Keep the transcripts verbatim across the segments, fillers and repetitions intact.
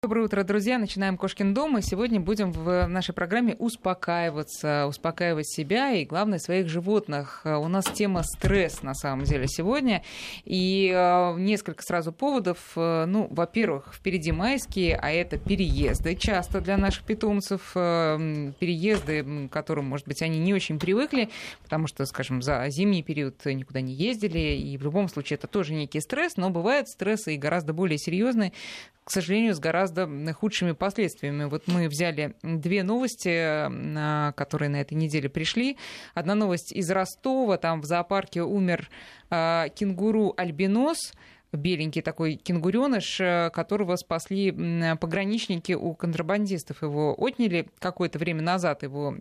Доброе утро, друзья. Начинаем «Кошкин дом». И сегодня будем в нашей программе успокаиваться, успокаивать себя и, главное, своих животных. У нас тема стресс, на самом деле, сегодня. И несколько сразу поводов. Ну, во-первых, впереди майские, а это переезды часто для наших питомцев. Переезды, к которым, может быть, они не очень привыкли, потому что, скажем, за зимний период никуда не ездили. И в любом случае это тоже некий стресс, но бывают стрессы и гораздо более серьезные, к сожалению, с гораздо худшими последствиями. Вот мы взяли две новости, которые на этой неделе пришли. Одна новость из Ростова. Там в зоопарке умер кенгуру-альбинос, беленький такой кенгуреныш, которого спасли пограничники у контрабандистов. Его отняли какое-то время назад, его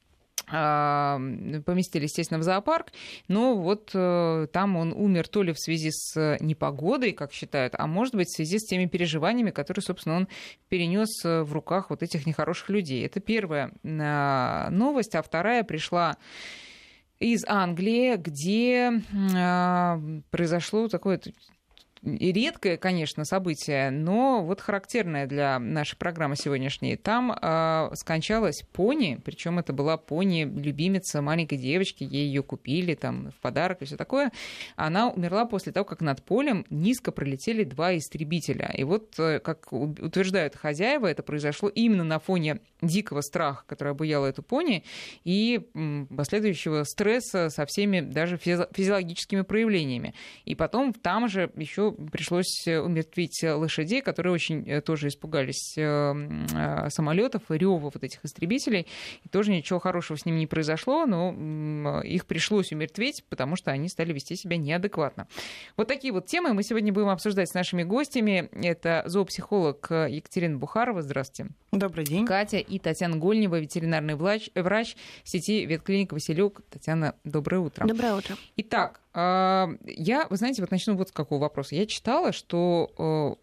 поместили, естественно, в зоопарк, но вот э, там он умер то ли в связи с непогодой, как считают, а может быть в связи с теми переживаниями, которые, собственно, он перенес в руках вот этих нехороших людей. Это первая э, новость, а вторая пришла из Англии, где э, произошло такое... И редкое, конечно, событие, но вот характерное для нашей программы сегодняшней. Там э, скончалась пони, причем это была пони-любимица маленькой девочки, ей ее купили там в подарок и все такое. Она умерла после того, как над полем низко пролетели два истребителя. И вот, как утверждают хозяева, это произошло именно на фоне дикого страха, который обуял эту пони, и последующего стресса со всеми даже физиологическими проявлениями. И потом там же еще пришлось умертвить лошадей, которые очень тоже испугались самолетов и рёва вот этих истребителей. И тоже ничего хорошего с ними не произошло, но их пришлось умертвить, потому что они стали вести себя неадекватно. Вот такие вот темы мы сегодня будем обсуждать с нашими гостями. Это зоопсихолог Екатерина Бухарова. Здравствуйте. Добрый день. Катя и Татьяна Гольнева, ветеринарный врач, врач сети ветклиник «Василек». Татьяна, доброе утро. Доброе утро. Итак, я, вы знаете, вот начну вот с какого вопроса. Я читала, что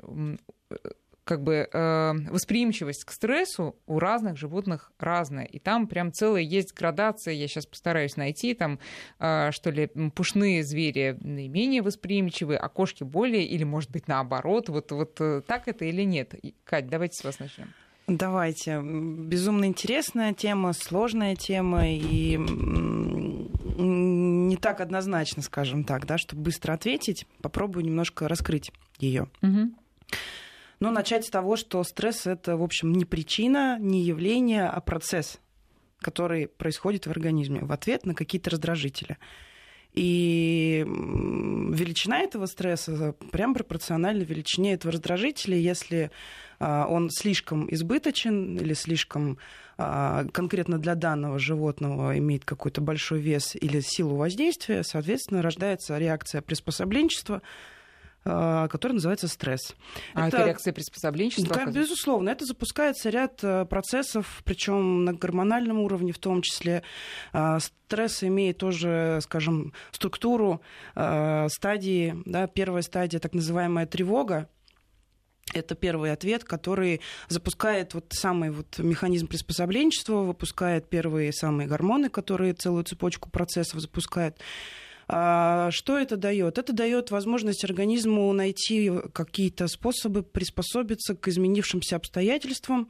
как бы восприимчивость к стрессу у разных животных разная. И там прям целая есть градация, я сейчас постараюсь найти, там, что ли, пушные звери наименее восприимчивы, а кошки более, или, может быть, наоборот. Вот, вот так это или нет? Кать, давайте с вас начнем. Давайте. Безумно интересная тема, сложная тема, и не так однозначно, скажем так, да, чтобы быстро ответить, попробую немножко раскрыть ее. Угу. Но начать с того, что стресс — это, в общем, не причина, не явление, а процесс, который происходит в организме в ответ на какие-то раздражители. И величина этого стресса прям пропорциональна величине этого раздражителя. Если он слишком избыточен или слишком конкретно для данного животного имеет какой-то большой вес или силу воздействия, соответственно, рождается реакция приспособленчества, который называется стресс. А это, это реакция приспособленчества? Да, безусловно. Это запускается ряд процессов, причем на гормональном уровне в том числе. Стресс имеет тоже, скажем, структуру стадии. Да, первая стадия, так называемая тревога. Это первый ответ, который запускает вот самый вот механизм приспособленчества, выпускает первые самые гормоны, которые целую цепочку процессов запускают. Что это дает? Это дает возможность организму найти какие-то способы приспособиться к изменившимся обстоятельствам.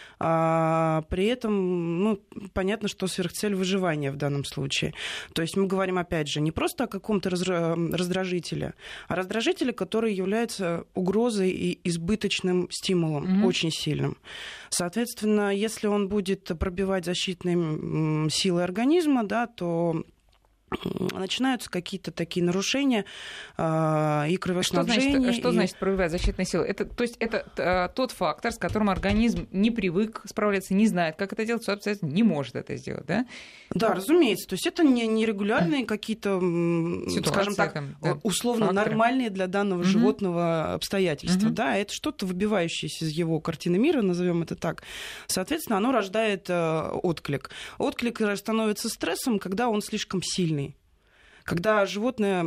При этом, ну, понятно, что сверхцель выживания в данном случае. То есть мы говорим, опять же, не просто о каком-то раздражителе, а раздражителе, который является угрозой и избыточным стимулом, mm-hmm. очень сильным. Соответственно, если он будет пробивать защитные силы организма, да, то начинаются какие-то такие нарушения э, и кровоснабжения. Что значит, что и... значит пробивать защитные силы? Это, то есть это э, тот фактор, с которым организм не привык справляться, не знает, как это делать, обстоятельства не может это сделать, да? Да, разумеется. То есть это не нерегулярные какие-то, ситуация, скажем так, там, да, условно факторы. Нормальные для данного угу. животного обстоятельства. Угу. Да, это что-то выбивающееся из его картины мира, назовем это так. Соответственно, оно рождает э, отклик. Отклик становится стрессом, когда он слишком сильный. когда животное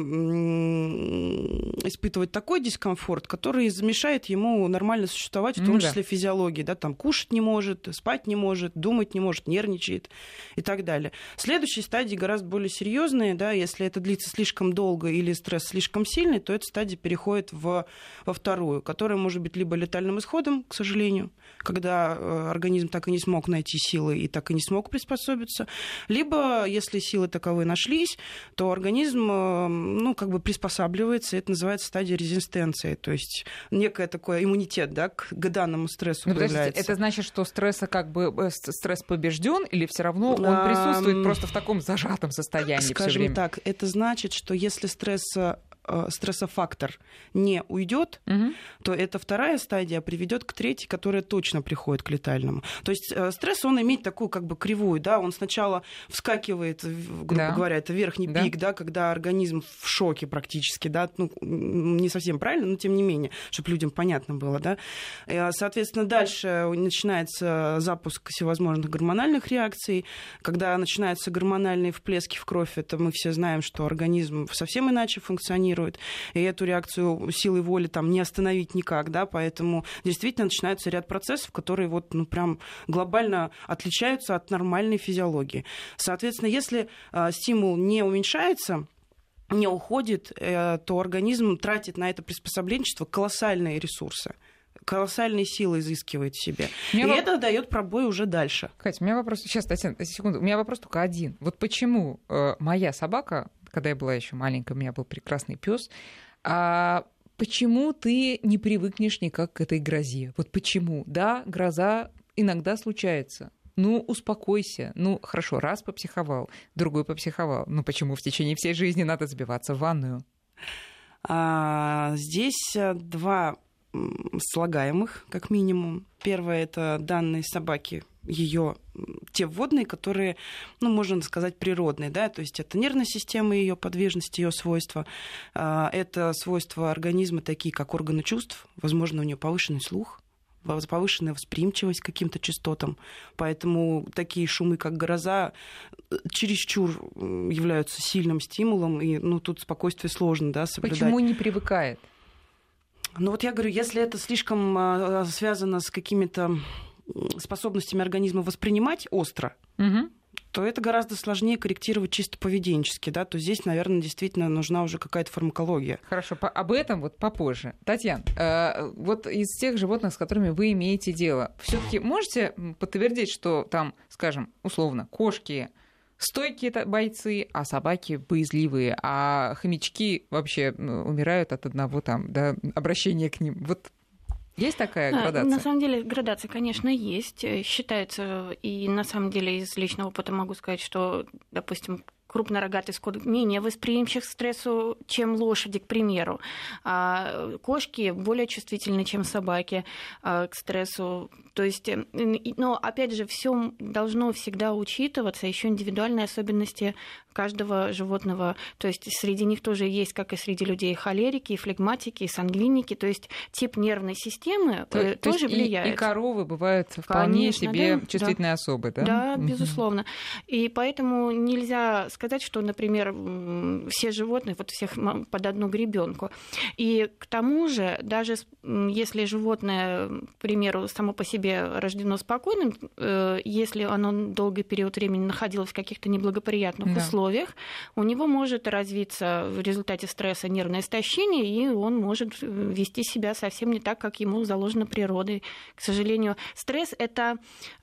испытывает такой дискомфорт, который замешает ему нормально существовать, в том ну, числе да. физиологии, да, там кушать не может, спать не может, думать не может, нервничает и так далее. Следующие стадии гораздо более серьезные, да, если это длится слишком долго или стресс слишком сильный, то эта стадия переходит в, во вторую, которая может быть либо летальным исходом, к сожалению, когда организм так и не смог найти силы и так и не смог приспособиться, либо, если силы таковые нашлись, то организм, ну, как бы приспосабливается, это называется стадия резистенции, то есть некое такое иммунитет, да, к данному стрессу ну, появляется. Это значит, что стресса как бы стресс побежден, или все равно он присутствует просто в таком зажатом состоянии? Скажем так, это значит, что если стресс стрессофактор не уйдет, угу. то эта вторая стадия приведет к третьей, которая точно приходит к летальному. То есть стресс, он имеет такую как бы кривую, да, он сначала вскакивает, грубо да. говоря, это верхний да. пик, да, когда организм в шоке практически, да, ну, не совсем правильно, но тем не менее, чтобы людям понятно было, да. Соответственно, дальше начинается запуск всевозможных гормональных реакций, когда начинаются гормональные всплески в кровь, это мы все знаем, что организм совсем иначе функционирует, и эту реакцию силой воли там не остановить никак, да, поэтому действительно начинается ряд процессов, которые вот, ну, прям глобально отличаются от нормальной физиологии. Соответственно, если э, стимул не уменьшается, не уходит, э, то организм тратит на это приспособленчество колоссальные ресурсы. Колоссальные силы изыскивает в себе. И воп... это дает пробой уже дальше. Катя, у меня вопрос... Сейчас, Татьяна, секунду. У меня вопрос только один. Вот почему э, моя собака, когда я была еще маленькая, у меня был прекрасный пес, а почему ты не привыкнешь никак к этой грозе? Вот почему? Да, гроза иногда случается. Ну, успокойся. Ну, хорошо, раз попсиховал, другой попсиховал. Ну, почему в течение всей жизни надо забиваться в ванную? А, здесь два слагаемых, как минимум. Первое — это данные собаки, ее те вводные, которые, ну, можно сказать, природные, да, то есть это нервная система, ее подвижность, ее свойства, это свойства организма, такие как органы чувств, возможно, у нее повышенный слух, повышенная восприимчивость к каким-то частотам, поэтому такие шумы, как гроза, чересчур являются сильным стимулом, и, ну, тут спокойствие сложно, да, соблюдать. Почему не привыкает? Ну вот я говорю, если это слишком связано с какими-то способностями организма воспринимать остро, угу. то это гораздо сложнее корректировать чисто поведенчески, да, то здесь, наверное, действительно нужна уже какая-то фармакология. Хорошо, по- об этом вот попозже. Татьяна, э, вот из тех животных, с которыми вы имеете дело, все-таки можете подтвердить, что там, скажем, условно, кошки стойкие бойцы, а собаки боязливые, а хомячки вообще умирают от одного там, да, обращения к ним. Вот есть такая градация? На самом деле градация, конечно, есть. Считается, и на самом деле из личного опыта могу сказать, что, допустим, крупнорогатый скот менее восприимчив к стрессу, чем лошади, к примеру. А кошки более чувствительны, чем собаки к стрессу. То есть, но опять же, все должно всегда учитываться, еще индивидуальные особенности каждого животного. То есть среди них тоже есть, как и среди людей, холерики, и флегматики, и сангвиники. То есть тип нервной системы то, тоже то влияет. И, и коровы бывают вполне Конечно, себе да, чувствительные да. особы, да? Да, безусловно. И поэтому нельзя сказать, что, например, все животные, вот всех под одну гребенку. И к тому же, даже если животное, к примеру, само по себе рождено спокойным, если оно долгий период времени находилось в каких-то неблагоприятных да. условиях, у него может развиться в результате стресса нервное истощение, и он может вести себя совсем не так, как ему заложено природой. К сожалению, стресс — это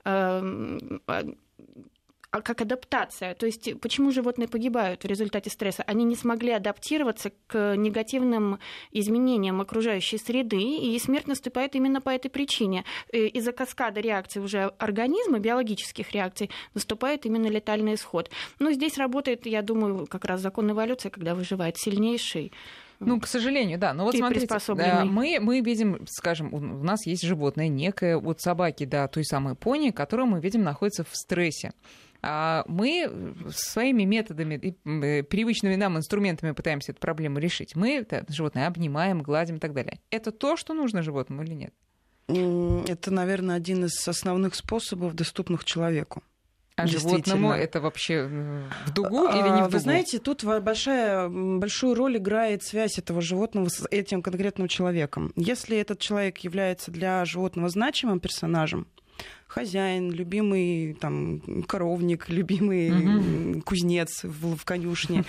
как адаптация. То есть почему животные погибают в результате стресса? Они не смогли адаптироваться к негативным изменениям окружающей среды, и смерть наступает именно по этой причине. Из-за каскада реакций уже организма, биологических реакций, наступает именно летальный исход. Но здесь работает, я думаю, как раз закон эволюции, когда выживает сильнейший. Ну, к сожалению, да. Но вот смотрите, мы, мы видим, скажем, у нас есть животное некое, вот собаки, да, той самой пони, которую мы видим находится в стрессе. А мы своими методами и привычными нам инструментами пытаемся эту проблему решить. Мы это животное обнимаем, гладим и так далее. Это то, что нужно животному или нет? Это, наверное, один из основных способов, доступных человеку. А животному это вообще в дугу или не в дугу? Вы знаете, тут большая, большую роль играет связь этого животного с этим конкретным человеком. Если этот человек является для животного значимым персонажем, хозяин, любимый там, коровник, любимый угу. кузнец в, в конюшне.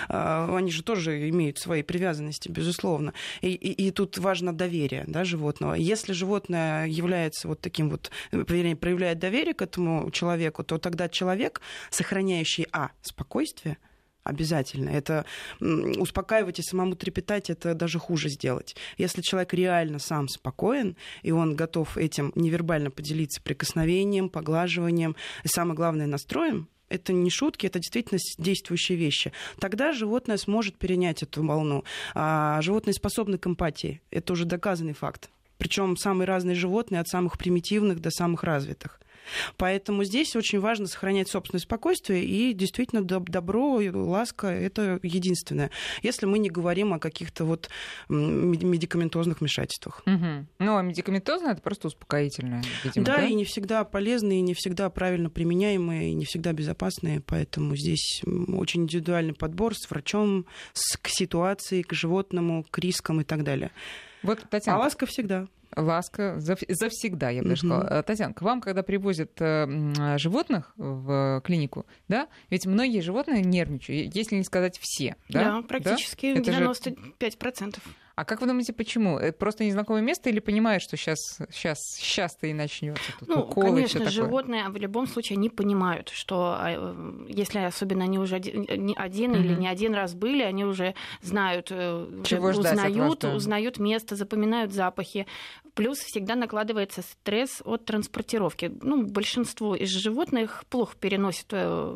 Они же тоже имеют свои привязанности, безусловно. И, и, и тут важно доверие, да, животного. Если животное является вот таким вот, вернее, проявляет доверие к этому человеку, то тогда человек, сохраняющий, а, спокойствие, обязательно. Это успокаивать и самому трепетать, это даже хуже сделать. Если человек реально сам спокоен, и он готов этим невербально поделиться прикосновением, поглаживанием, и самое главное, настроем, это не шутки, это действительно действующие вещи. Тогда животное сможет перенять эту волну. А животные способны к эмпатии. Это уже доказанный факт. Причем самые разные животные, от самых примитивных до самых развитых. Поэтому здесь очень важно сохранять собственное спокойствие, и действительно добро и ласка — это единственное, если мы не говорим о каких-то вот медикаментозных вмешательствах. Угу. Ну, а медикаментозное — это просто успокоительное, видимо, да, да? И не всегда полезные, и не всегда правильно применяемые, и не всегда безопасные, поэтому здесь очень индивидуальный подбор с врачом, с, к ситуации, к животному, к рискам и так далее. Вот, Татьяна, а ласка всегда. Ласка завсегда, я бы даже сказала. Uh-huh. Татьяна, к вам, когда привозят э, животных в клинику, да, ведь многие животные нервничают, если не сказать все. Да, да практически да? девяносто пять процентов. Же... А как вы думаете, почему? Это просто незнакомое место или понимают, что сейчас, сейчас, сейчас-то и начнется? Тут ну, уколы, конечно, животные в любом случае они понимают, что если особенно они уже один, один mm-hmm. или не один раз были, они уже знают, Чего узнают, вас, узнают место, запоминают запахи. Плюс всегда накладывается стресс от транспортировки. Ну, большинство из животных плохо переносит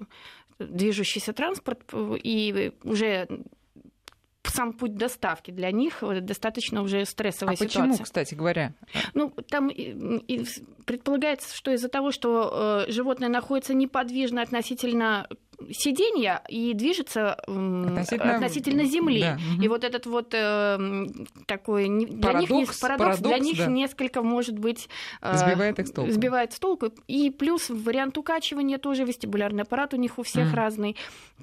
движущийся транспорт, и уже сам путь доставки для них достаточно уже стрессовая а ситуация. Почему, кстати говоря? Ну, там и, и предполагается, что из-за того, что э, животное находится неподвижно относительно сиденья и движется относительно, относительно земли. Да. И вот этот вот э, такой для парадокс, них, парадокс, парадокс для них да. несколько, может быть, э, сбивает их с толку. Сбивает с толку. И плюс вариант укачивания тоже, вестибулярный аппарат у них у всех mm. разный.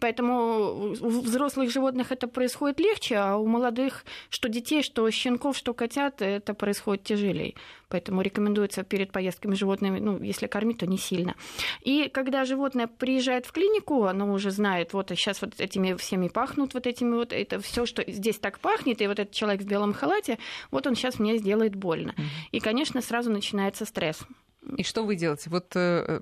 Поэтому у взрослых животных это происходит легче, а у молодых, что детей, что щенков, что котят, это происходит тяжелее. Поэтому рекомендуется перед поездками животными, ну, если кормить, то не сильно. И когда животное приезжает в клинику, оно уже знает, вот сейчас вот этими всеми пахнут, вот этими вот, это все, что здесь так пахнет, и вот этот человек в белом халате, вот он сейчас мне сделает больно. Mm-hmm. И, конечно, сразу начинается стресс. И что вы делаете? Вот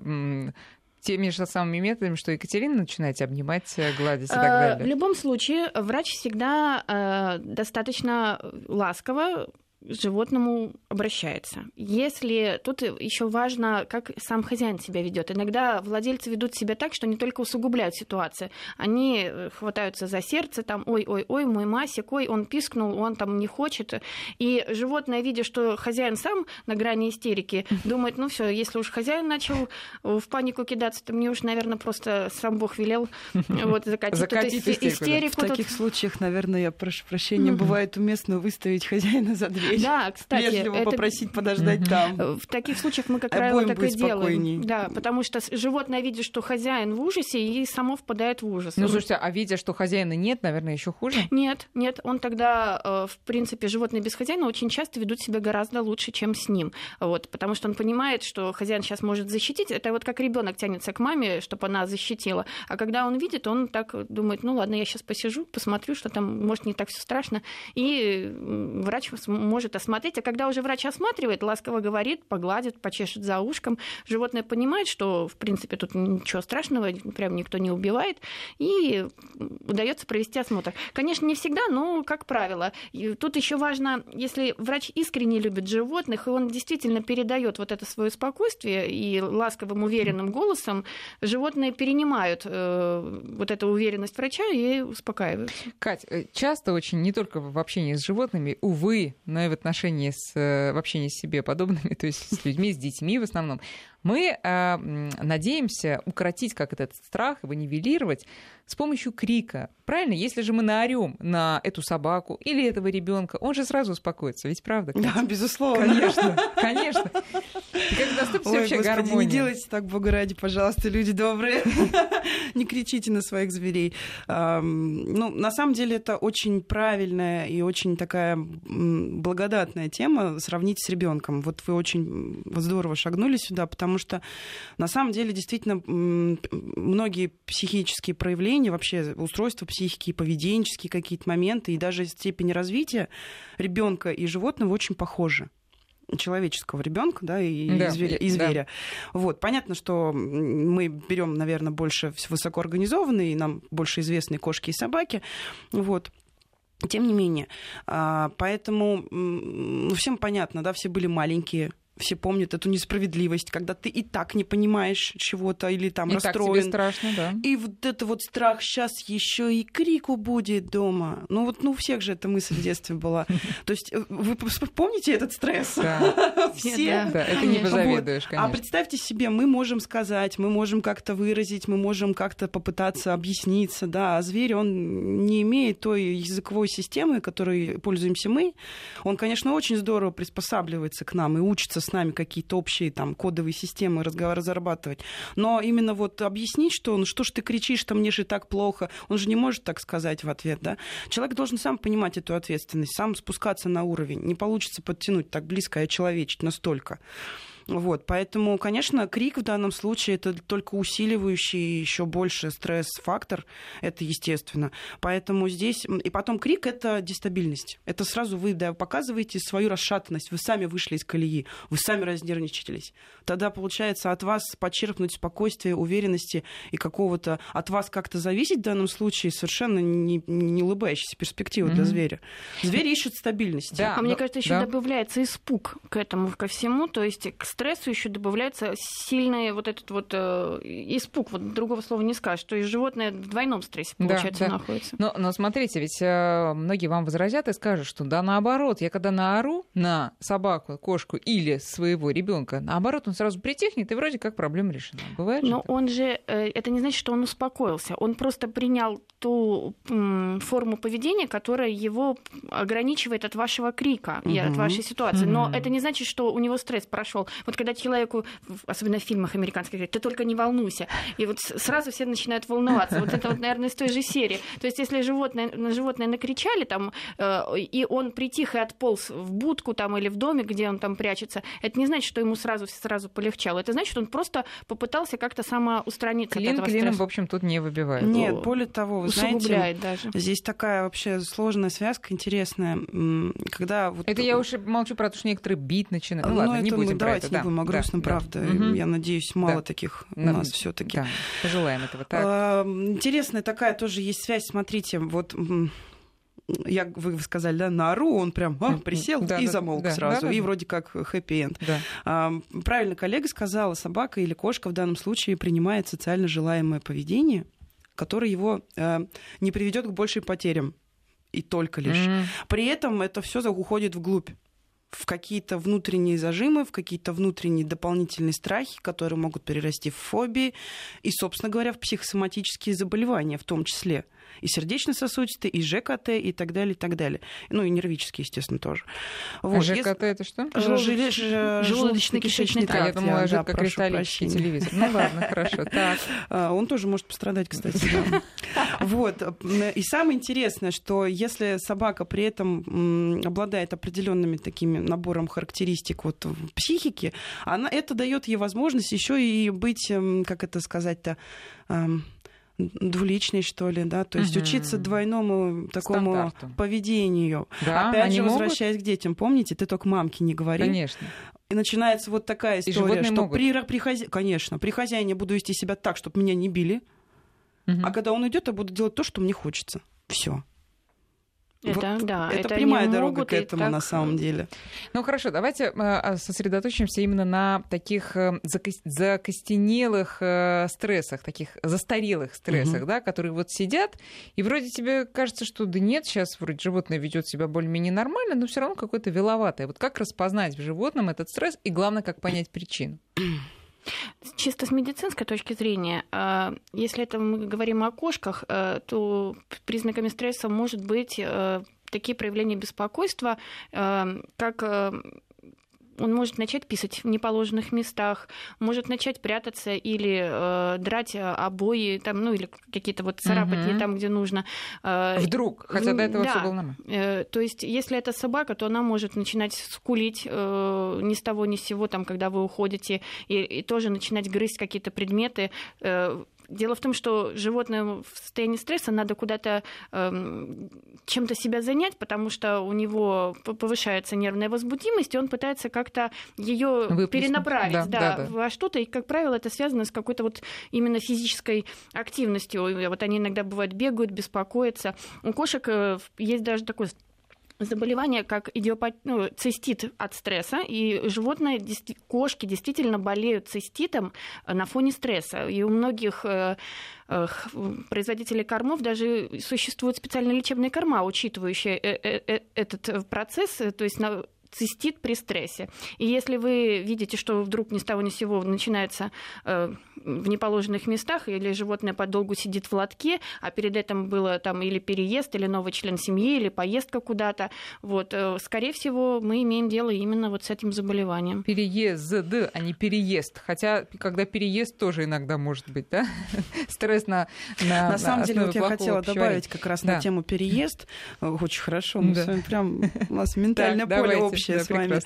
э, теми же самыми методами, что Екатерина, начинаете обнимать, гладить и так далее? В любом случае, врач всегда э, достаточно ласково животному обращается. Если тут еще важно, как сам хозяин себя ведет. Иногда владельцы ведут себя так, что не только усугубляют ситуацию, они хватаются за сердце, там, ой-ой-ой, мой Масик, ой, он пискнул, он там не хочет. И животное, видя, что хозяин сам на грани истерики, думает, ну все, если уж хозяин начал в панику кидаться, то мне уж, наверное, просто сам Бог велел вот, закатить, закатить истерику. истерику. В таких случаях, наверное, я прошу прощения, бывает уместно выставить хозяина за дверь. Да, кстати, вежливо это... попросить подождать mm-hmm. там. В таких случаях мы, как правило, так и делаем. Да, потому что животное видит, что хозяин в ужасе, и само впадает в ужас. Ну, слушайте, а видя, что хозяина нет, наверное, еще хуже? Нет, нет, он тогда, в принципе, животные без хозяина очень часто ведут себя гораздо лучше, чем с ним. Вот, потому что он понимает, что хозяин сейчас может защитить. Это вот как ребенок тянется к маме, чтобы она защитила. А когда он видит, он так думает, ну ладно, я сейчас посижу, посмотрю, что там, может, не так все страшно. И врач может осмотреть, а когда уже врач осматривает, ласково говорит, погладит, почешет за ушком, животное понимает, что, в принципе, тут ничего страшного, прям никто не убивает, и удается провести осмотр. Конечно, не всегда, но, как правило. И тут еще важно, если врач искренне любит животных, и он действительно передает вот это свое спокойствие, и ласковым, уверенным голосом животные перенимают э, вот эту уверенность врача и успокаиваются. Кать, часто очень, не только в общении с животными, увы, но и в отношении с, в общении с себе подобными, то есть с людьми, с детьми в основном, мы э, надеемся укротить как этот страх, его нивелировать с помощью крика. Правильно? Если же мы наорем на эту собаку или этого ребенка, он же сразу успокоится. Ведь правда? Катя? Да, безусловно. Конечно, конечно. И наступит Ой, вообще Господи, гармония. не делайте так, бога ради, пожалуйста, люди добрые. Не кричите на своих зверей. Ну, на самом деле, это очень правильная и очень такая благодатная тема сравнить с ребенком. Вот вы очень здорово шагнули сюда, потому что на самом деле действительно многие психические проявления, вообще устройства психики, поведенческие какие-то моменты и даже степень развития ребенка и животного очень похожи. Человеческого ребенка, да, и, да, зверя, и зверя. Да. Вот. Понятно, что мы берем, наверное, больше высокоорганизованные, нам больше известные кошки и собаки. Вот. Тем не менее. Поэтому ну, всем понятно, да, все были маленькие. Все помнят эту несправедливость, когда ты и так не понимаешь чего-то или там и расстроен. Так тебе страшно, да. И вот это вот страх, сейчас еще и крику будет дома. Ну вот ну, у всех же эта мысль в детстве была. То есть вы помните этот стресс? Да. Все. Да, это не позавидуешь, конечно. А представьте себе, мы можем сказать, мы можем как-то выразить, мы можем как-то попытаться объясниться, да, а зверь, он не имеет той языковой системы, которой пользуемся мы. Он, конечно, очень здорово приспосабливается к нам и учится с нами какие-то общие там кодовые системы разрабатывать. Но именно вот объяснить, что ну что ж ты кричишь, что мне же так плохо, он же не может так сказать в ответ, да? Человек должен сам понимать эту ответственность, сам спускаться на уровень. Не получится подтянуть так близко и очеловечить настолько. Вот, поэтому, конечно, крик в данном случае это только усиливающий еще больше стресс-фактор, это естественно. Поэтому здесь... И потом крик — это дестабильность. Это сразу вы да, показываете свою расшатанность, вы сами вышли из колеи, вы сами разнервничались. Тогда, получается, от вас почерпнуть спокойствие, уверенности и какого-то... От вас как-то зависеть в данном случае совершенно не, не улыбающаяся перспектива mm-hmm. для зверя. Зверь ищет стабильности. Да, а но... мне кажется, еще да. добавляется испуг к этому, ко всему, то есть к стрессу еще добавляется сильный вот этот вот э, испуг, вот другого слова не скажешь, то есть животное в двойном стрессе, получается, да, да. находится. Но, но смотрите, ведь э, многие вам возразят и скажут, что да, наоборот, я когда наору на собаку, кошку или своего ребенка, наоборот, он сразу притихнет, и вроде как проблема решена. Бывает же Но так? он же, э, это не значит, что он успокоился, он просто принял ту м, форму поведения, которая его ограничивает от вашего крика и от вашей ситуации. Но это не значит, что у него стресс прошел. Вот когда человеку, особенно в фильмах американских, говорят, ты только не волнуйся. И вот сразу все начинают волноваться. Вот это вот, наверное, из той же серии. То есть если животное, на животное накричали, там, э, и он притих и отполз в будку там, или в доме, где он там прячется, это не значит, что ему сразу, сразу полегчало. Это значит, что он просто попытался как-то самоустраниться Клин от этого клином, стресса. в общем, тут не выбивает. Нет, более того, вы Усугубляет знаете, даже. здесь такая вообще сложная связка интересная. Когда вот... Это я уж молчу про то, что некоторые бить начинают. Ну, ну ладно, не будем мы, про давайте это. не Да, будем о грустном, да, правда. Да. Я надеюсь, мало да. таких у да. нас все-таки. Да. Пожелаем этого. Так. Интересная такая тоже есть связь. Смотрите, вот... Я, вы сказали, да, наору, он прям а, присел да, и да, замолк да, сразу, да, и да. вроде как хэппи-энд. Да. А, правильно коллега сказала, собака или кошка в данном случае принимает социально желаемое поведение, которое его а, не приведет к большим потерям, и только лишь. Mm. При этом это все уходит вглубь, в какие-то внутренние зажимы, в какие-то внутренние дополнительные страхи, которые могут перерасти в фобии и, собственно говоря, в психосоматические заболевания в том числе. И сердечно-сосудистые, и ЖКТ, и так далее, и так далее. Ну, и нервические, естественно, тоже. Вот. А ЖКТ это что? Желудочно-кишечный тракт. А я думала, да, жидкокристаллический телевизор. Ну ладно, хорошо. Так. Он тоже может пострадать, кстати. Вот. И самое интересное, что если собака при этом обладает определенными такими набором характеристик вот в психике, она, это дает ей возможность еще и быть, как это сказать-то, двуличной, что ли, да, то есть угу. учиться двойному такому стандарту. Поведению. Да, опять же, могут? Возвращаясь к детям, помните, ты только мамке не говори. Конечно. И начинается вот такая история, что могут. при, при хозя... конечно, при хозяине буду вести себя так, чтобы меня не били, угу. а когда он идет, я буду делать то, что мне хочется. Все. Это, вот да, это это прямая дорога к этому, так... на самом деле. Ну хорошо, давайте сосредоточимся именно на таких закостенелых стрессах, таких застарелых стрессах, угу. да, которые вот сидят, и вроде тебе кажется, что да нет, сейчас вроде животное ведет себя более-менее нормально, но все равно какое-то виловатое. Вот как распознать в животном этот стресс, и главное, как понять причину? Чисто с медицинской точки зрения, если это мы говорим о кошках, то признаками стресса может быть такие проявления беспокойства, как он может начать писать в неположенных местах, может начать прятаться или э, драть обои, там, ну или какие-то вот царапать не там, где нужно. Вдруг, хотя до этого да. все было нормально. То есть, если это собака, то она может начинать скулить э, ни с того ни с сего, там, когда вы уходите, и, и тоже начинать грызть какие-то предметы. Э, Дело в том, что животное в состоянии стресса надо куда-то э, чем-то себя занять, потому что у него повышается нервная возбудимость, и он пытается как-то ее перенаправить да, да, да, да. во что-то. И, как правило, это связано с какой-то вот именно физической активностью. Вот они иногда бывают бегают, беспокоятся. У кошек есть даже такое заболевание, как идиопат... ну, цистит от стресса, и животные, кошки действительно болеют циститом на фоне стресса. И у многих э, э, производителей кормов даже существуют специальные лечебные корма, учитывающие э- э- этот процесс, то есть на цистит при стрессе. И если вы видите, что вдруг ни с того ни с сего начинается э, в неположенных местах, или животное подолгу сидит в лотке, а перед этим было там или переезд, или новый член семьи, или поездка куда-то, вот, э, скорее всего, мы имеем дело именно вот с этим заболеванием. Переезд, а не переезд. Хотя, когда переезд тоже иногда может быть, да? Стресс на На, на самом деле, вот я хотела добавить как раз да. на тему переезд. Очень хорошо. Мы да. с вами прям... У нас ментальное так, поле общее. Да, с вами.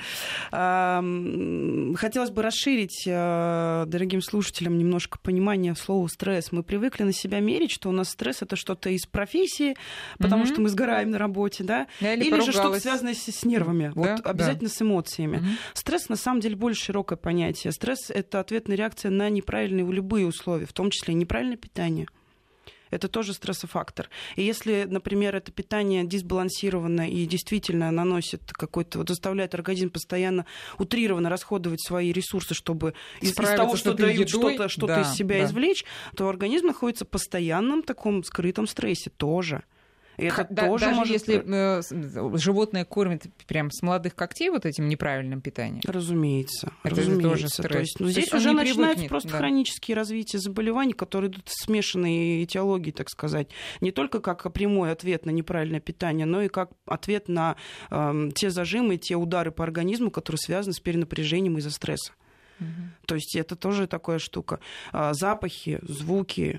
Хотелось бы расширить дорогим слушателям немножко понимание слова «стресс». Мы привыкли на себя мерить, что у нас стресс — это что-то из профессии, потому mm-hmm. что мы сгораем на работе, да? Или, Или же что-то связанное с, с нервами, да? вот, обязательно да. с эмоциями. Mm-hmm. Стресс, на самом деле, более широкое понятие. Стресс — это ответная реакция на неправильные любые условия, в том числе неправильное питание. Это тоже стрессофактор. И если, например, это питание дисбалансировано и действительно наносит какой-то, вот заставляет организм постоянно утрированно расходовать свои ресурсы, чтобы из, из того, что дают, что-то, что-то да, из себя да. извлечь, то организм находится в постоянном таком скрытом стрессе тоже. И это да, тоже даже может... если э, животное кормит прям с молодых когтей вот этим неправильным питанием? Разумеется. Это разумеется. Тоже стресс. То есть, ну, здесь То есть уже начинается просто да. хронические развития заболеваний, которые идут в смешанной этиологии, так сказать. Не только как прямой ответ на неправильное питание, но и как ответ на э, те зажимы, те удары по организму, которые связаны с перенапряжением из-за стресса. Угу. То есть это тоже такая штука. Запахи, звуки,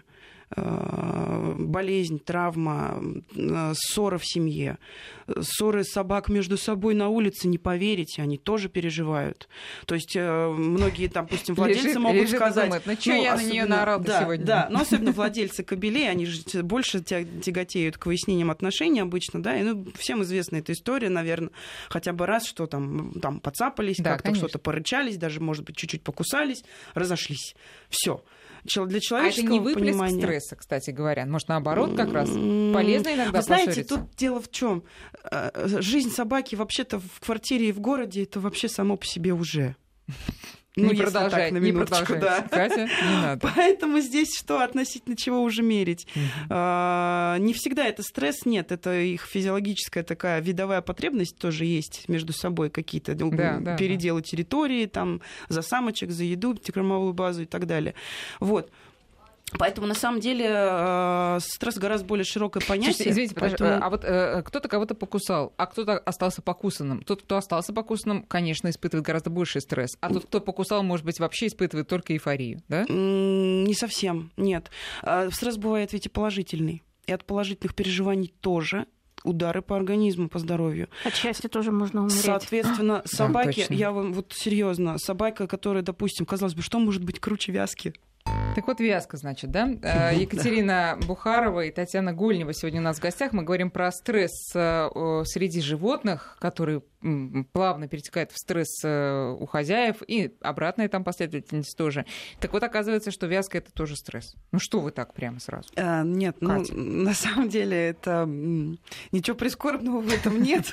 болезнь, травма, ссора в семье, ссоры собак между собой на улице, не поверите, они тоже переживают. То есть многие, там, допустим, владельцы лежит, могут лежит сказать... Думает, ну, что ну, я особенно, на нее наорал да, сегодня? Да, но особенно владельцы кобелей, они же больше тяготеют к выяснениям отношений обычно, да, и ну, всем известна эта история, наверное, хотя бы раз, что там, там подцапались, да, как-то что-то порычались, даже, может быть, чуть-чуть покусались, разошлись. Все. Для человеческого а это не выплеск понимания. Стресса, кстати говоря. Может, наоборот, как раз полезно иногда Вы знаете, поссориться. Тут дело в чем? Жизнь собаки вообще-то в квартире и в городе это вообще само по себе уже. Ну, не продолжай, так, не продолжай. Да. Катя, не надо. Поэтому здесь что, относительно чего уже мерить? Uh-huh. А, не всегда это стресс, нет, это их физиологическая такая видовая потребность тоже есть между собой, какие-то да, да, переделы да. территории, там, за самочек, за еду, кормовую базу и так далее. Вот. Поэтому, на самом деле, э, стресс гораздо более широкое понятие. Слушайте, извините, поэтому... а вот э, кто-то кого-то покусал, а кто-то остался покусанным. Тот, кто остался покусанным, конечно, испытывает гораздо больший стресс. А тот, кто покусал, может быть, вообще испытывает только эйфорию, да? Не совсем, нет. Стресс бывает ведь и положительный. И от положительных переживаний тоже удары по организму, по здоровью. От счастья тоже можно умереть. Соответственно, собаки, да, я вам вот серьезно, собака, которая, допустим, казалось бы, что может быть круче вязки? Так вот, вязка, значит, да? Екатерина Бухарова и Татьяна Гольнева сегодня у нас в гостях. Мы говорим про стресс среди животных, который плавно перетекает в стресс у хозяев, и обратная там последовательность тоже. Так вот, оказывается, что вязка — это тоже стресс. Ну что вы так прямо сразу? А, нет, Катя. ну, на самом деле, это ничего прискорбного в этом нет.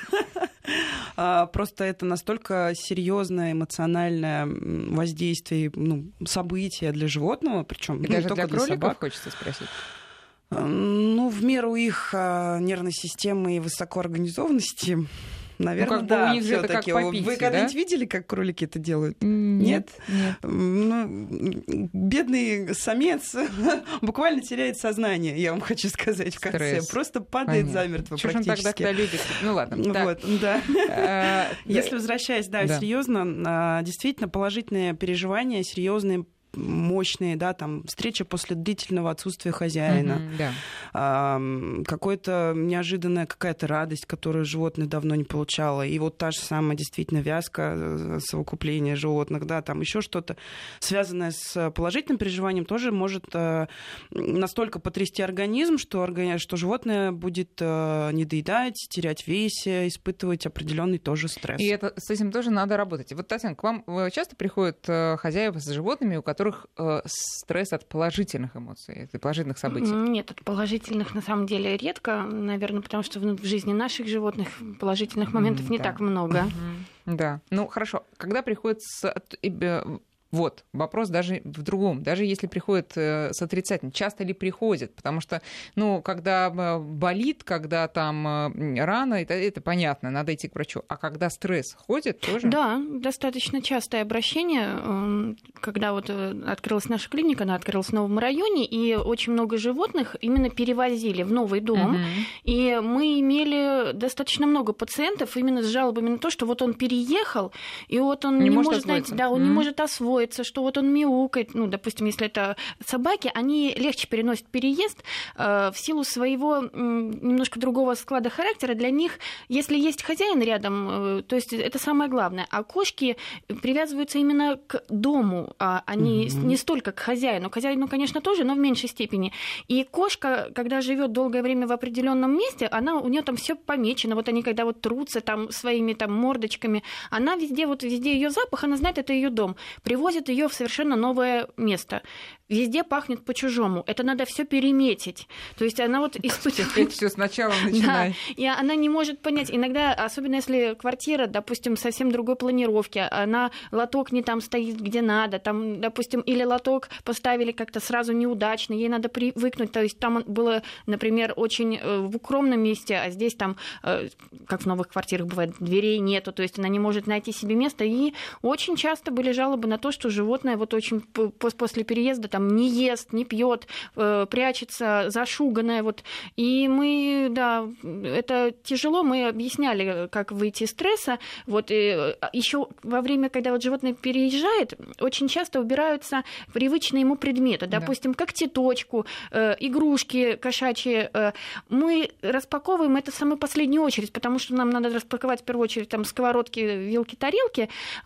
Просто это настолько серьезное эмоциональное воздействие, ну, событие для животного, причем и ну, даже только для кроликов, для собак. Хочется спросить. Ну, в меру их нервной системы и высокоорганизованности. Наверное, ну, как да. бы у них же это как по пите, Вы когда-нибудь да? видели, как кролики это делают? Нет? Нет. Ну, бедный самец буквально теряет сознание, я вам хочу сказать, в конце. Стресс. Просто падает Понятно. замертво Чё ж он практически. тогда любит? Ну ладно. Вот, да. А, Если возвращаясь, да, да. серьезно, действительно положительные переживания, серьезные, мощные, да, там, встреча после длительного отсутствия хозяина, Мгм, да. а, какой-то неожиданная какая-то радость, которую животное давно не получало, и вот та же самая действительно вязка, совокупление животных, да, там еще что-то, связанное с положительным переживанием, тоже может а, настолько потрясти организм, что, органи... что животное будет а, недоедать, терять в весе, испытывать определенный тоже стресс. И это, с этим тоже надо работать. Вот, Татьяна, к вам э, часто приходят э, хозяева с животными, у которых э, стресс от положительных эмоций, от положительных событий? Нет, от положительных на самом деле редко, наверное, потому что в жизни наших животных положительных моментов не да. так много. Да. Ну, хорошо. Когда приходит с... Вот, вопрос даже в другом. Даже если приходит э, с отрицательным, часто ли приходит? Потому что, ну, когда болит, когда там э, рана, это, это понятно, надо идти к врачу. А когда стресс ходит, тоже? Да, достаточно частое обращение. Когда вот открылась наша клиника, она открылась в новом районе, и очень много животных именно перевозили в новый дом. Мгм. И мы имели достаточно много пациентов именно с жалобами на то, что вот он переехал, и вот он Не не, может может, знаете, освоиться. да, он Мгм. не может освоиться, что вот он мяукает. Ну, допустим, если это собаки, они легче переносят переезд э, в силу своего м, немножко другого склада характера. Для них, если есть хозяин рядом, э, то есть это самое главное. А кошки привязываются именно к дому, а они Мгм. не столько к хозяину. К хозяину, конечно, тоже, но в меньшей степени. И кошка, когда живет долгое время в определенном месте, она, у нее там все помечено. Вот они, когда вот трутся там своими там мордочками, она везде, вот везде ее запах, она знает, это ее дом. Привозит ее в совершенно новое место. Везде пахнет по-чужому. Это надо все переметить. То есть она вот испытывает... Все сначала Да, начинает. и она не может понять. Иногда, особенно если квартира, допустим, совсем другой планировки, она лоток не там стоит, где надо, там, допустим, или лоток поставили как-то сразу неудачно, ей надо привыкнуть. То есть там было, например, очень в укромном месте, а здесь там, как в новых квартирах бывает, дверей нету, то есть она не может найти себе место. И очень часто были жалобы на то, что животное вот очень после переезда там не ест, не пьет, прячется, зашуганное. Вот. И мы, да, это тяжело, мы объясняли, как выйти из стресса. Вот. Еще во время, когда вот животное переезжает, очень часто убираются привычные ему предметы. Допустим, да. когтеточку, игрушки кошачьи. Мы распаковываем это в самую последнюю очередь, потому что нам надо распаковать в первую очередь там, сковородки, вилки, тарелки.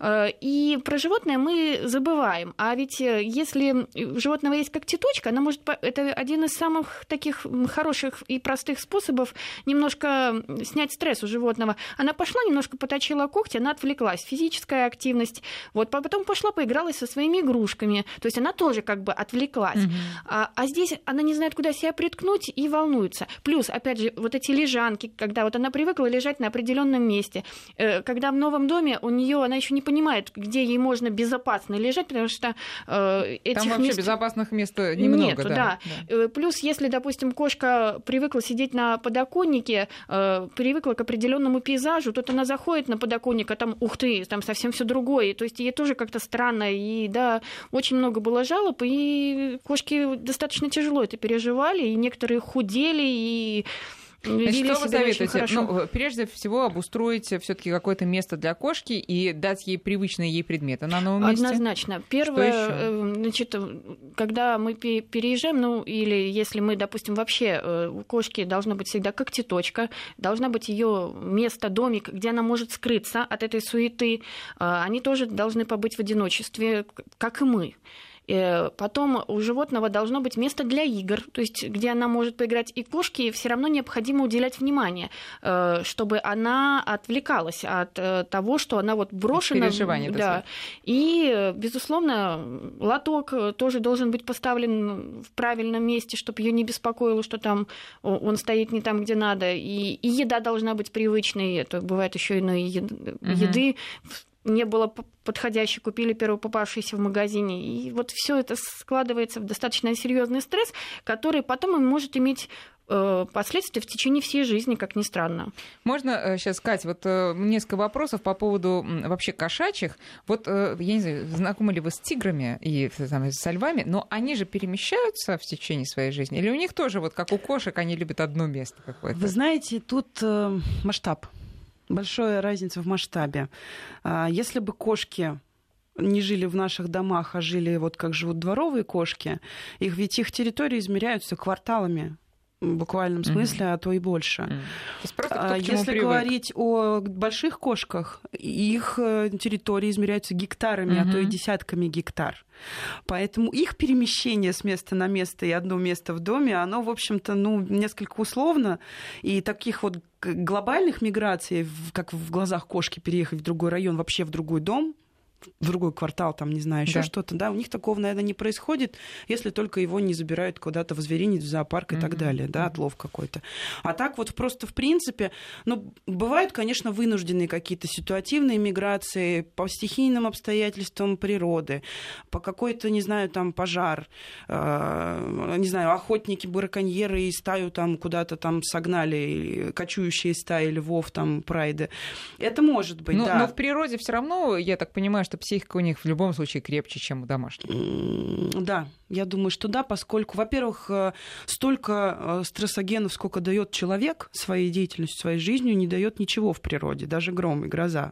И про животное мы забываем. А ведь если у животного есть когтеточка, она может... Это один из самых таких хороших и простых способов немножко снять стресс у животного. Она пошла, немножко поточила когти, она отвлеклась. Физическая активность. Вот, потом пошла, поигралась со своими игрушками. То есть она тоже как бы отвлеклась. Угу. А, а здесь она не знает, куда себя приткнуть и волнуется. Плюс, опять же, вот эти лежанки, когда вот она привыкла лежать на определенном месте. Когда в новом доме у нее она еще не понимает, где ей можно безопасно лежать, потому что э, этих там вообще мест... безопасных мест немного. Нету, да. да. Да. Плюс, если, допустим, кошка привыкла сидеть на подоконнике, э, привыкла к определенному пейзажу, то она заходит на подоконник, а там, ух ты, там совсем все другое. То есть ей тоже как-то странно. И да, очень много было жалоб, и кошки достаточно тяжело это переживали, и некоторые худели, и... Значит, что вы советуете? Ну, прежде всего, обустроить все-таки какое-то место для кошки и дать ей привычные ей предметы на новом месте? Однозначно. Первое, значит, когда мы переезжаем, ну, или если мы, допустим, вообще у кошки должна быть всегда когтеточка, должна быть ее место, домик, где она может скрыться от этой суеты, они тоже должны побыть в одиночестве, как и мы. Потом у животного должно быть место для игр, то есть где она может поиграть. И кошке все равно необходимо уделять внимание, чтобы она отвлекалась от того, что она вот брошена. Переживания, да. И, безусловно, лоток тоже должен быть поставлен в правильном месте, чтобы ее не беспокоило, что там он стоит не там, где надо. И, и еда должна быть привычной. Это бывает еще иной еды. Угу. Не было подходящей, купили первую попавшуюся в магазине. И вот все это складывается в достаточно серьезный стресс, который потом может иметь последствия в течение всей жизни, как ни странно. Можно сейчас, Кать, вот несколько вопросов по поводу вообще кошачьих. Вот, я не знаю, знакомы ли вы с тиграми и там, со львами, но они же перемещаются в течение своей жизни? Или у них тоже, вот как у кошек, они любят одно место какое-то? Вы знаете, тут э, масштаб. Большая разница в масштабе. Если бы кошки не жили в наших домах, а жили вот как живут дворовые кошки, их, ведь их территории измеряются кварталами. В буквальном смысле, mm-hmm. а то и больше. Mm-hmm. То кто, Если привык. говорить о больших кошках, их территории измеряются гектарами, mm-hmm. а то и десятками гектар. Поэтому их перемещение с места на место и одно место в доме, оно, в общем-то, ну, несколько условно. И таких вот глобальных миграций, как в глазах кошки переехать в другой район, вообще в другой дом, в другой квартал, там, не знаю, еще да. что-то, да, у них такого, наверное, не происходит, если только его не забирают куда-то в зверинец, в зоопарк и mm-hmm. так далее, да, отлов какой-то. А так вот просто в принципе, ну, бывают, конечно, вынужденные какие-то ситуативные миграции по стихийным обстоятельствам природы, по какой-то, не знаю, там, пожар, э, не знаю, охотники, браконьеры и стаю там куда-то там согнали, кочующие стаи львов, там, прайды. Это может быть, но, да. Но в природе все равно, я так понимаю, что психика у них в любом случае крепче, чем у домашних. Да, я думаю, что да, поскольку, во-первых, столько стрессогенов, сколько дает человек своей деятельностью, своей жизнью, не дает ничего в природе, даже гром и гроза.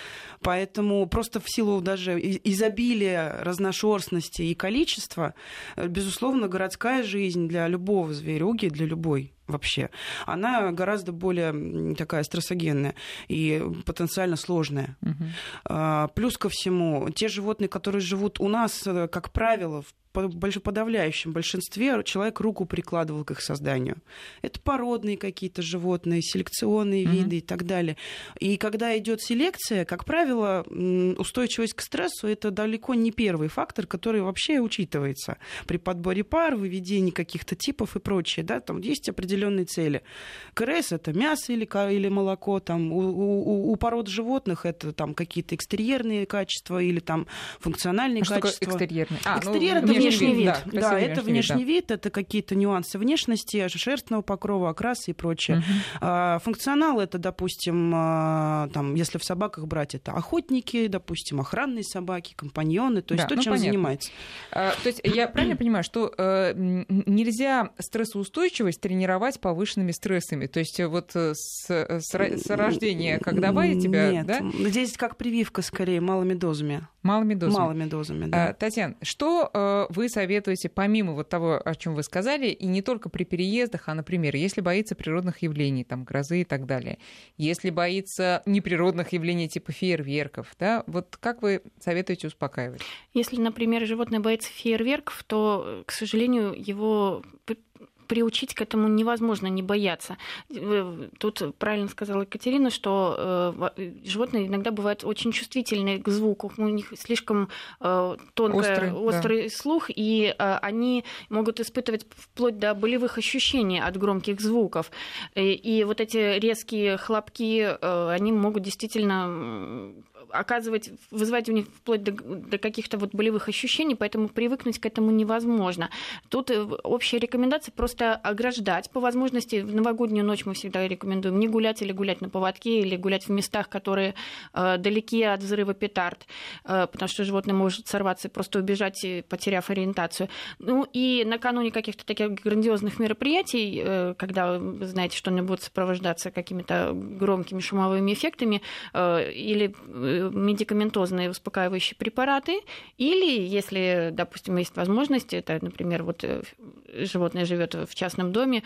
Поэтому просто в силу даже изобилия, разношерстности и количества, безусловно, городская жизнь для любого зверюги, для любой вообще, она гораздо более такая стрессогенная и потенциально сложная. Uh-huh. Плюс ко всему, те животные, которые живут у нас, как правило, в подавляющем большинстве человек руку прикладывал к их созданию. Это породные какие-то животные, селекционные mm-hmm. виды и так далее. И когда идет селекция, как правило, устойчивость к стрессу — это далеко не первый фактор, который вообще учитывается при подборе пар, выведении каких-то типов и прочее. Да? Там есть определенные цели. КРС — это мясо или, или молоко. Там, у, у, у пород животных это там, какие-то экстерьерные качества или там, функциональные а качества. Что такое экстерьерный? А, Экстерьер ну, — это внешний вид. Да, да, это внешний вид, да. вид, это какие-то нюансы внешности, шерстного покрова, окраса и прочее. Uh-huh. А, функционал — это, допустим, а, там, если в собаках брать, это охотники, допустим, охранные собаки, компаньоны, то есть да, то, ну, чем понятно. Занимается. А, то есть я правильно понимаю, что а, нельзя стрессоустойчивость тренировать повышенными стрессами? То есть вот с, с, с рождения, как давай тебя... Нет, да? Здесь как прививка скорее, малыми дозами. Малыми дозами. Малыми дозами, да. А, Татьяна, что а, вы советуете, помимо вот того, о чем вы сказали, и не только при переездах, а, например, если боится природных явлений, там, грозы и так далее, если боится неприродных явлений типа фейерверков, да, вот как вы советуете успокаивать? Если, например, животное боится фейерверков, то, к сожалению, его... приучить к этому невозможно не бояться. Тут правильно сказала Екатерина, что э, животные иногда бывают очень чувствительны к звуку, у них слишком э, тонкий, острый, острый да. слух, и э, они могут испытывать вплоть до болевых ощущений от громких звуков. И, и вот эти резкие хлопки, э, они могут действительно оказывать, вызывать у них вплоть до, до каких-то вот болевых ощущений, поэтому привыкнуть к этому невозможно. Тут общая рекомендация просто ограждать по возможности. В новогоднюю ночь мы всегда рекомендуем не гулять или гулять на поводке, или гулять в местах, которые э, далеки от взрыва петард, э, потому что животное может сорваться и просто убежать, потеряв ориентацию. Ну и накануне каких-то таких грандиозных мероприятий, э, когда вы знаете, что они будут сопровождаться какими-то громкими шумовыми эффектами, э, или медикаментозные успокаивающие препараты, или, если, допустим, есть возможность, это, например, вот животное живет в частном доме,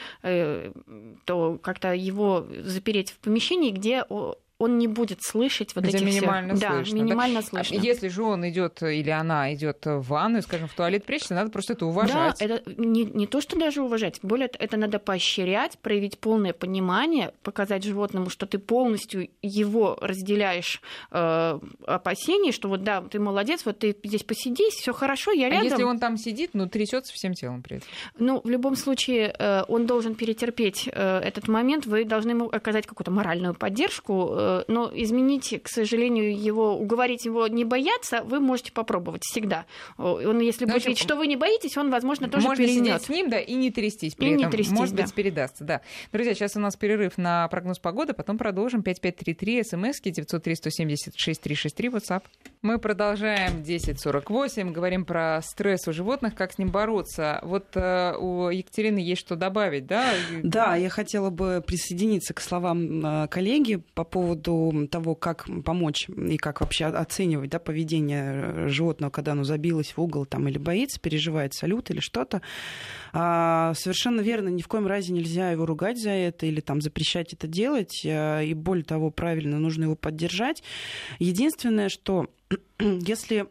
то как-то его запереть в помещении, где он не будет слышать вот где этих минимально всех... слышно. Да, минимально да? слышно. Если же он идет или она идет в ванную, скажем, в туалет прячется, надо просто это уважать. Да, это не, не то, что даже уважать, более это надо поощрять, проявить полное понимание, показать животному, что ты полностью его разделяешь э, опасения, что вот да, ты молодец, вот ты здесь посиди, все хорошо, я рядом. А если он там сидит, но трясется всем телом при этом? Ну, в любом случае, э, он должен перетерпеть э, этот момент, вы должны ему оказать какую-то моральную поддержку, но изменить, к сожалению, его, уговорить его не бояться, вы можете попробовать всегда. Он, если будет видеть, что вы не боитесь, он, возможно, тоже можно переймет. сидеть с ним, да, и не трястись при и этом. Не трястись, Может да. быть, передастся, да. Друзья, сейчас у нас перерыв на прогноз погоды, потом продолжим. пять пять три три, смски девять ноль три сто семьдесят шесть триста шестьдесят три, WhatsApp. Мы продолжаем десять сорок восемь, говорим про стресс у животных, как с ним бороться. Вот э, у Екатерины есть что добавить, да? Да, я хотела бы присоединиться к словам коллеги по поводу того, как помочь и как вообще оценивать, да, поведение животного, когда оно забилось в угол там, или боится, переживает салют или что-то. А, совершенно верно, ни в коем разе нельзя его ругать за это или там, запрещать это делать. И более того, правильно, нужно его поддержать. Единственное, что если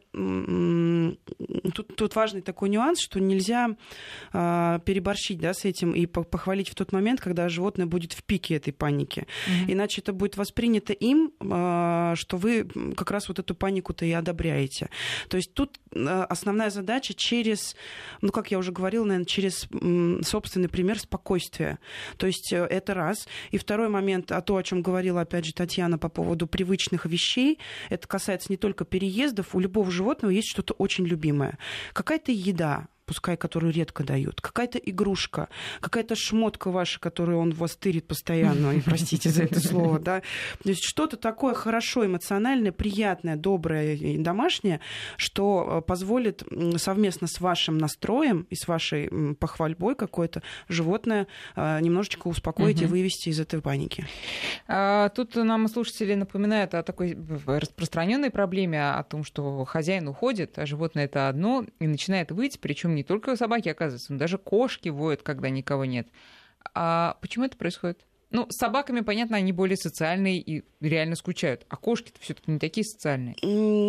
тут, тут важный такой нюанс, что нельзя а, переборщить, да, с этим и похвалить в тот момент, когда животное будет в пике этой паники. Mm-hmm. Иначе это будет воспринято им, а, что вы как раз вот эту панику-то и одобряете. То есть тут основная задача через, ну, как я уже говорила, наверное, через собственный пример спокойствия. То есть это раз. И второй момент, а то, о чем говорила, опять же, Татьяна по поводу привычных вещей, это касается не только переездов, у любого животного есть что-то очень любимое. Какая-то еда, пускай которую редко дают, какая-то игрушка, какая-то шмотка ваша, которую он вас тырит постоянно, и простите за это слово, да. То есть что-то такое хорошо эмоциональное, приятное, доброе и домашнее, что позволит совместно с вашим настроем и с вашей похвальбой какой-то животное немножечко успокоить и вывести из этой паники. А, тут нам слушатели напоминают о такой распространенной проблеме, о том, что хозяин уходит, а животное это одно, и начинает выть, причем не только собаки, оказывается, но даже кошки воют, когда никого нет. А почему это происходит? Ну, с собаками, понятно, они более социальные и реально скучают. А кошки-то все-таки не такие социальные.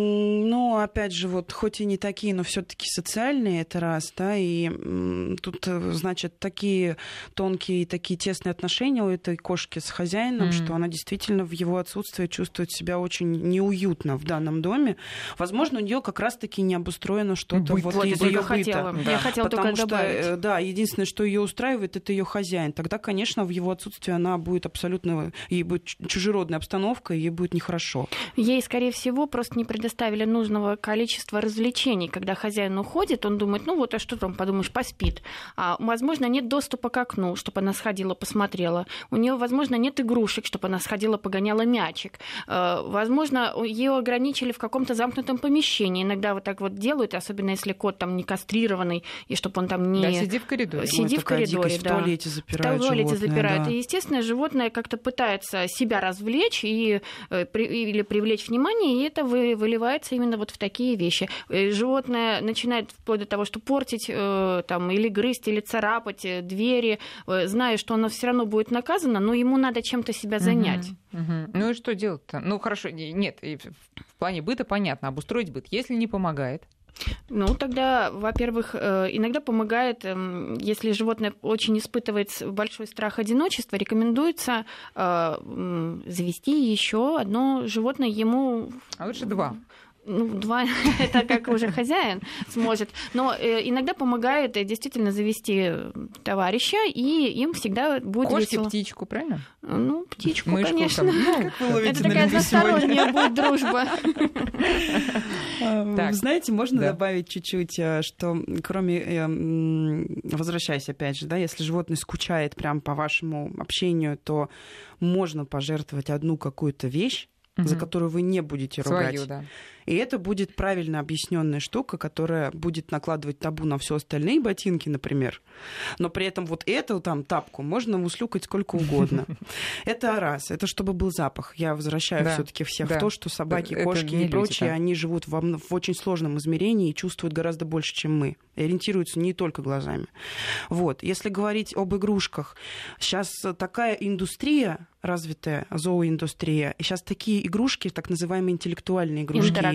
Ну, опять же, вот хоть и не такие, но все-таки социальные, это раз, да, и тут, значит, такие тонкие и такие тесные отношения у этой кошки с хозяином, mm-hmm. что она действительно в его отсутствии чувствует себя очень неуютно в данном доме. Возможно, у нее как раз-таки не обустроено что-то Быть, вот вот из ее ее хотела. быта. Я хотела Потому только что, добавить. Да, единственное, что ее устраивает, это ее хозяин. Тогда, конечно, в его отсутствии она будет абсолютно, ей будет чужеродная обстановка, и ей будет нехорошо. Ей, скорее всего, просто не предоставили нужного количества развлечений. Когда хозяин уходит, он думает, ну вот, а что там, подумаешь, поспит. А, возможно, нет доступа к окну, чтобы она сходила, посмотрела. У нее, возможно, нет игрушек, чтобы она сходила, погоняла мячик. А, возможно, ее ограничили в каком-то замкнутом помещении. Иногда вот так вот делают, особенно если кот там не кастрированный, и чтобы он там не... Да, сиди в коридоре. Сиди Ой, в коридоре, да. В туалете запирают В туалете животное, запирают. Да. И, естественно, животное как-то пытается себя развлечь и, или привлечь внимание, и это выливается именно вот в такие вещи. Животное начинает вплоть до того, что портить там, или грызть, или царапать двери, зная, что оно все равно будет наказано, но ему надо чем-то себя занять. Угу, угу. Ну и что делать-то? Ну хорошо, нет, в плане быта понятно, обустроить быт. Если не помогает? Ну, тогда, во-первых, иногда помогает, если животное очень испытывает большой страх одиночества, рекомендуется завести еще одно животное ему. А лучше два. Ну, два — это как уже хозяин сможет. Но иногда помогает действительно завести товарища, и им всегда будет Кошки, весело. Птичку, правильно? Ну, птичку, Мышку, конечно. Ну, это такая односторонняя будет дружба. Вы знаете, можно добавить чуть-чуть, что кроме, возвращаясь опять же, да, если животное скучает прям по вашему общению, то можно пожертвовать одну какую-то вещь, за которую вы не будете ругать. Свою, да. И это будет правильно объясненная штука, которая будет накладывать табу на все остальные ботинки, например. Но при этом вот эту там тапку можно муслюкать сколько угодно. Это раз. Это чтобы был запах. Я возвращаю да. все-таки всех да. в то, что собаки, это кошки и люди, прочие, да. они живут в, в очень сложном измерении и чувствуют гораздо больше, чем мы. И ориентируются не только глазами. Вот. Если говорить об игрушках, сейчас такая индустрия развитая, зооиндустрия, и сейчас такие игрушки, так называемые интеллектуальные игрушки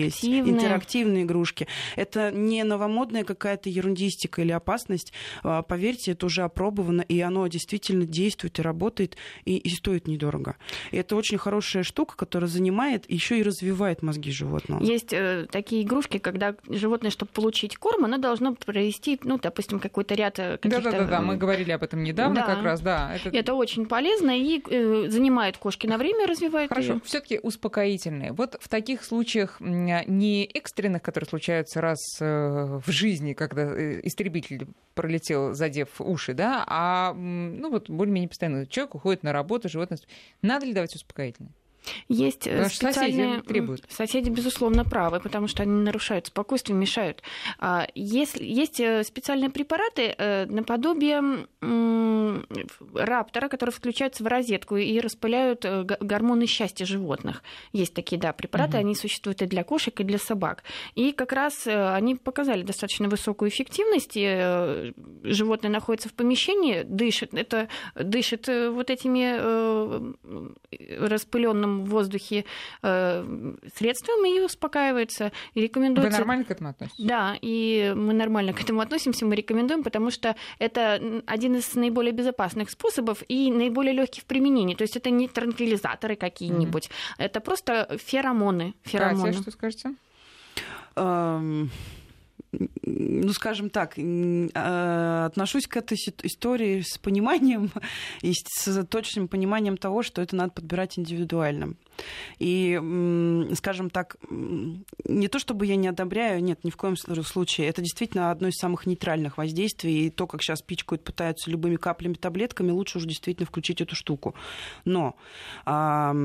есть. Интерактивные игрушки. Это не новомодная какая-то ерундистика или опасность. Поверьте, это уже опробовано, и оно действительно действует и работает, и, и стоит недорого. И это очень хорошая штука, которая занимает, еще и развивает мозги животного. Есть э, такие игрушки, когда животное, чтобы получить корм, оно должно провести, ну, допустим, какой-то ряд каких-то... Да-да-да, мы говорили об этом недавно да. как раз, да. Это... это очень полезно и э, занимает кошки на время, развивает Хорошо, её. Все-таки успокоительные. Вот в таких случаях не экстренных, которые случаются раз э, в жизни, когда истребитель пролетел, задев уши, да, а ну вот более-менее постоянно человек уходит на работу, животное... Надо ли давать успокоительные? Есть Потому специальные... Соседи требуют. Соседи, безусловно, правы, потому что они нарушают спокойствие, мешают. Есть, есть специальные препараты наподобие раптора, которые включаются в розетку и распыляют гормоны счастья животных. Есть такие, да, препараты, угу. Они существуют и для кошек, и для собак. И как раз они показали достаточно высокую эффективность. Животное находится в помещении, дышит, это, дышит вот этими распыленными в воздухе э, средствами и успокаивается. И рекомендуется... Вы нормально к этому относитесь? Да, и мы нормально к этому относимся, мы рекомендуем, потому что это один из наиболее безопасных способов и наиболее легких в применении. То есть это не транквилизаторы какие-нибудь, mm-hmm. это просто феромоны. феромоны. Катя, что скажете? Um... Ну, скажем так, отношусь к этой истории с пониманием и с точным пониманием того, что это надо подбирать индивидуально. И, скажем так, не то чтобы я не одобряю, нет, ни в коем случае. Это действительно одно из самых нейтральных воздействий. И то, как сейчас пичкают, пытаются любыми каплями, таблетками, лучше уже действительно включить эту штуку. Но, как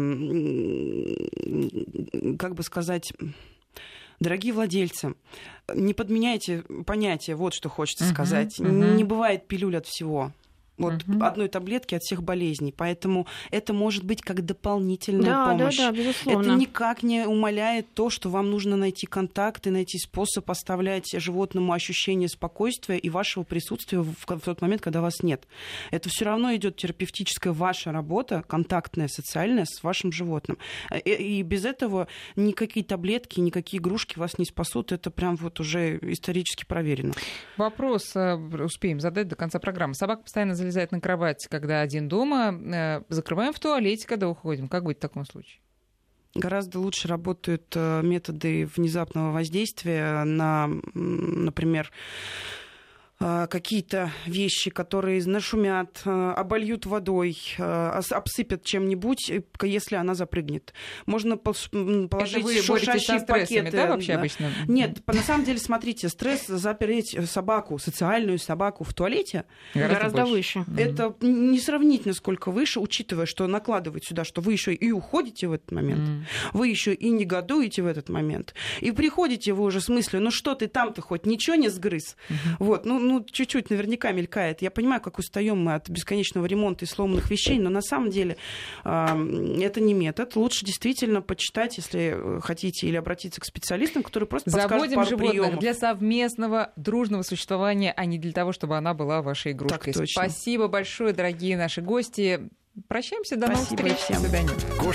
бы сказать... Дорогие владельцы, не подменяйте понятие, вот что хочется uh-huh, сказать. Uh-huh. Не бывает пилюль от всего. Вот uh-huh. одной таблетки от всех болезней. Поэтому это может быть как дополнительная да, помощь. Да, да, безусловно. Это никак не умаляет то, что вам нужно найти контакты, найти способ оставлять животному ощущение спокойствия и вашего присутствия в, в тот момент, когда вас нет. Это все равно идет терапевтическая ваша работа, контактная, социальная с вашим животным. И, и без этого никакие таблетки, никакие игрушки вас не спасут. Это прям вот уже исторически проверено. Вопрос успеем задать до конца программы. Собака постоянно залезает залезает на кровать, когда один дома, закрываем в туалете, когда уходим. Как быть в таком случае? Гораздо лучше работают методы внезапного воздействия на, например, какие-то вещи, которые нашумят, обольют водой, обсыпят чем-нибудь, если она запрыгнет. Можно положить шуршащие пакеты. Да, вообще да. Обычно? Нет, на самом деле, смотрите, стресс запереть собаку, социальную собаку в туалете гораздо, гораздо выше. Это mm. не сравнительно сколько выше, учитывая, что накладывать сюда, что вы еще и уходите в этот момент, mm. вы еще и негодуете в этот момент, и приходите вы уже с мыслью, ну что ты там-то хоть ничего не сгрыз? Mm-hmm. Вот, ну ну, чуть-чуть наверняка мелькает. Я понимаю, как устаем мы от бесконечного ремонта и сломанных вещей, но на самом деле э, это не метод. Лучше действительно почитать, если хотите, или обратиться к специалистам, которые просто подскажут пару животных приемов. Для совместного дружного существования, а не для того, чтобы она была вашей игрушкой. Спасибо большое, дорогие наши гости. Прощаемся, до новых встреч. До свидания.